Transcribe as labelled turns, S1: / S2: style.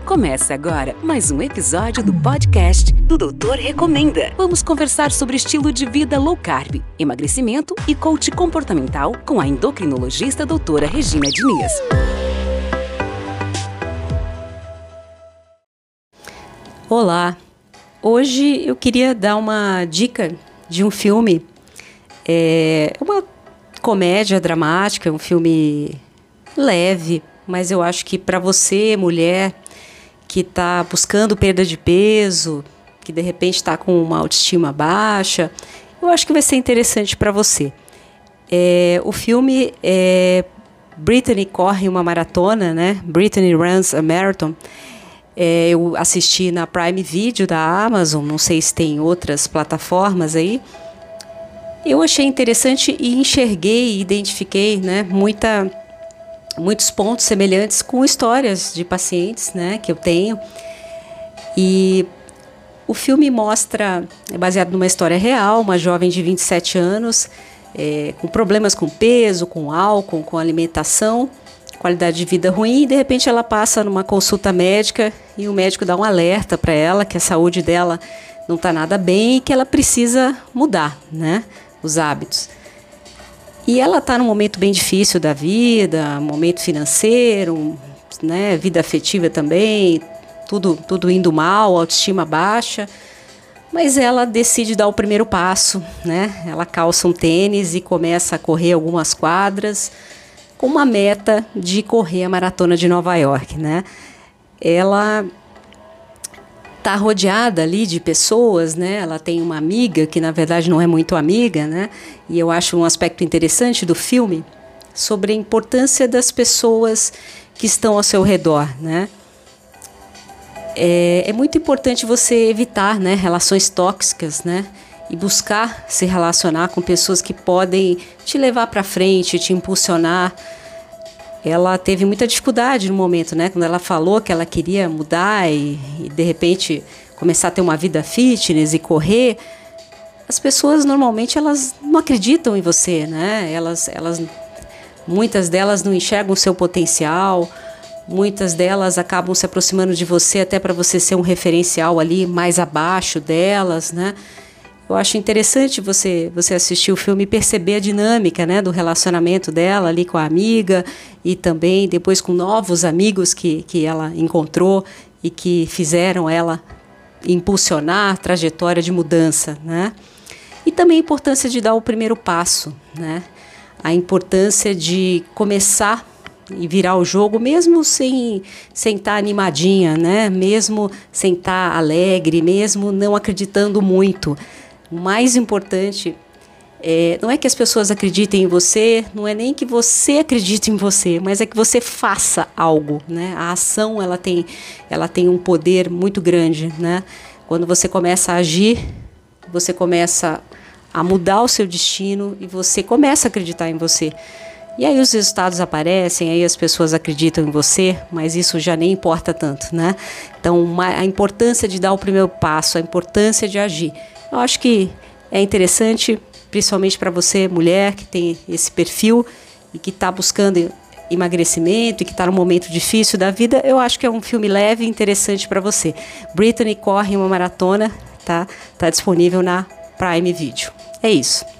S1: Começa agora mais um episódio do podcast do Doutor Recomenda. Vamos conversar sobre estilo de vida low carb, emagrecimento e coach comportamental com a endocrinologista doutora Regina Diniz.
S2: Olá, hoje eu queria dar uma dica de um filme, uma comédia dramática, um filme leve, mas eu acho que para você, mulher, que está buscando perda de peso, que de repente está com uma autoestima baixa, eu acho que vai ser interessante para você. O filme é Brittany corre uma maratona, né? Brittany Runs a Marathon. Eu assisti na Prime Video da Amazon, não sei se tem outras plataformas aí. Eu achei interessante e enxerguei e identifiquei, né, muitos pontos semelhantes com histórias de pacientes, né, que eu tenho. E o filme é baseado numa história real, uma jovem de 27 anos, com problemas com peso, com álcool, com alimentação, qualidade de vida ruim, e de repente ela passa numa consulta médica e o médico dá um alerta para ela que a saúde dela não está nada bem e que ela precisa mudar, né, os hábitos. E ela está num momento bem difícil da vida, momento financeiro, né, vida afetiva também, tudo indo mal, autoestima baixa, mas ela decide dar o primeiro passo, né? Ela calça um tênis e começa a correr algumas quadras com uma meta de correr a maratona de Nova York, né? Ela está rodeada ali de pessoas, né? Ela tem uma amiga que na verdade não é muito amiga, né? E eu acho um aspecto interessante do filme sobre a importância das pessoas que estão ao seu redor, né? É muito importante você evitar, né, relações tóxicas, né? E buscar se relacionar com pessoas que podem te levar para frente, te impulsionar. Ela teve muita dificuldade no momento, né? Quando ela falou que ela queria mudar e de repente começar a ter uma vida fitness e correr, as pessoas normalmente elas não acreditam em você, né? Muitas delas não enxergam o seu potencial, muitas delas acabam se aproximando de você até para você ser um referencial ali mais abaixo delas, né? Eu acho interessante você assistir o filme e perceber a dinâmica, né, do relacionamento dela ali com a amiga e também depois com novos amigos que ela encontrou e que fizeram ela impulsionar a trajetória de mudança, né? E também a importância de dar o primeiro passo, né? A importância de começar e virar o jogo mesmo sem estar animadinha, né? Mesmo sem estar alegre, mesmo não acreditando muito. O mais importante não é que as pessoas acreditem em você, não é nem que você acredite em você, mas é que você faça algo, né? A ação ela tem um poder muito grande, né? Quando você começa a agir, você começa a mudar o seu destino e você começa a acreditar em você. E aí os resultados aparecem, aí as pessoas acreditam em você, mas isso já nem importa tanto, né? Então a importância de dar o primeiro passo, a importância de agir. Eu acho que é interessante, principalmente para você, mulher, que tem esse perfil e que está buscando emagrecimento e que está num momento difícil da vida. Eu acho que é um filme leve e interessante para você. Brittany corre uma maratona, tá disponível na Prime Video. É isso.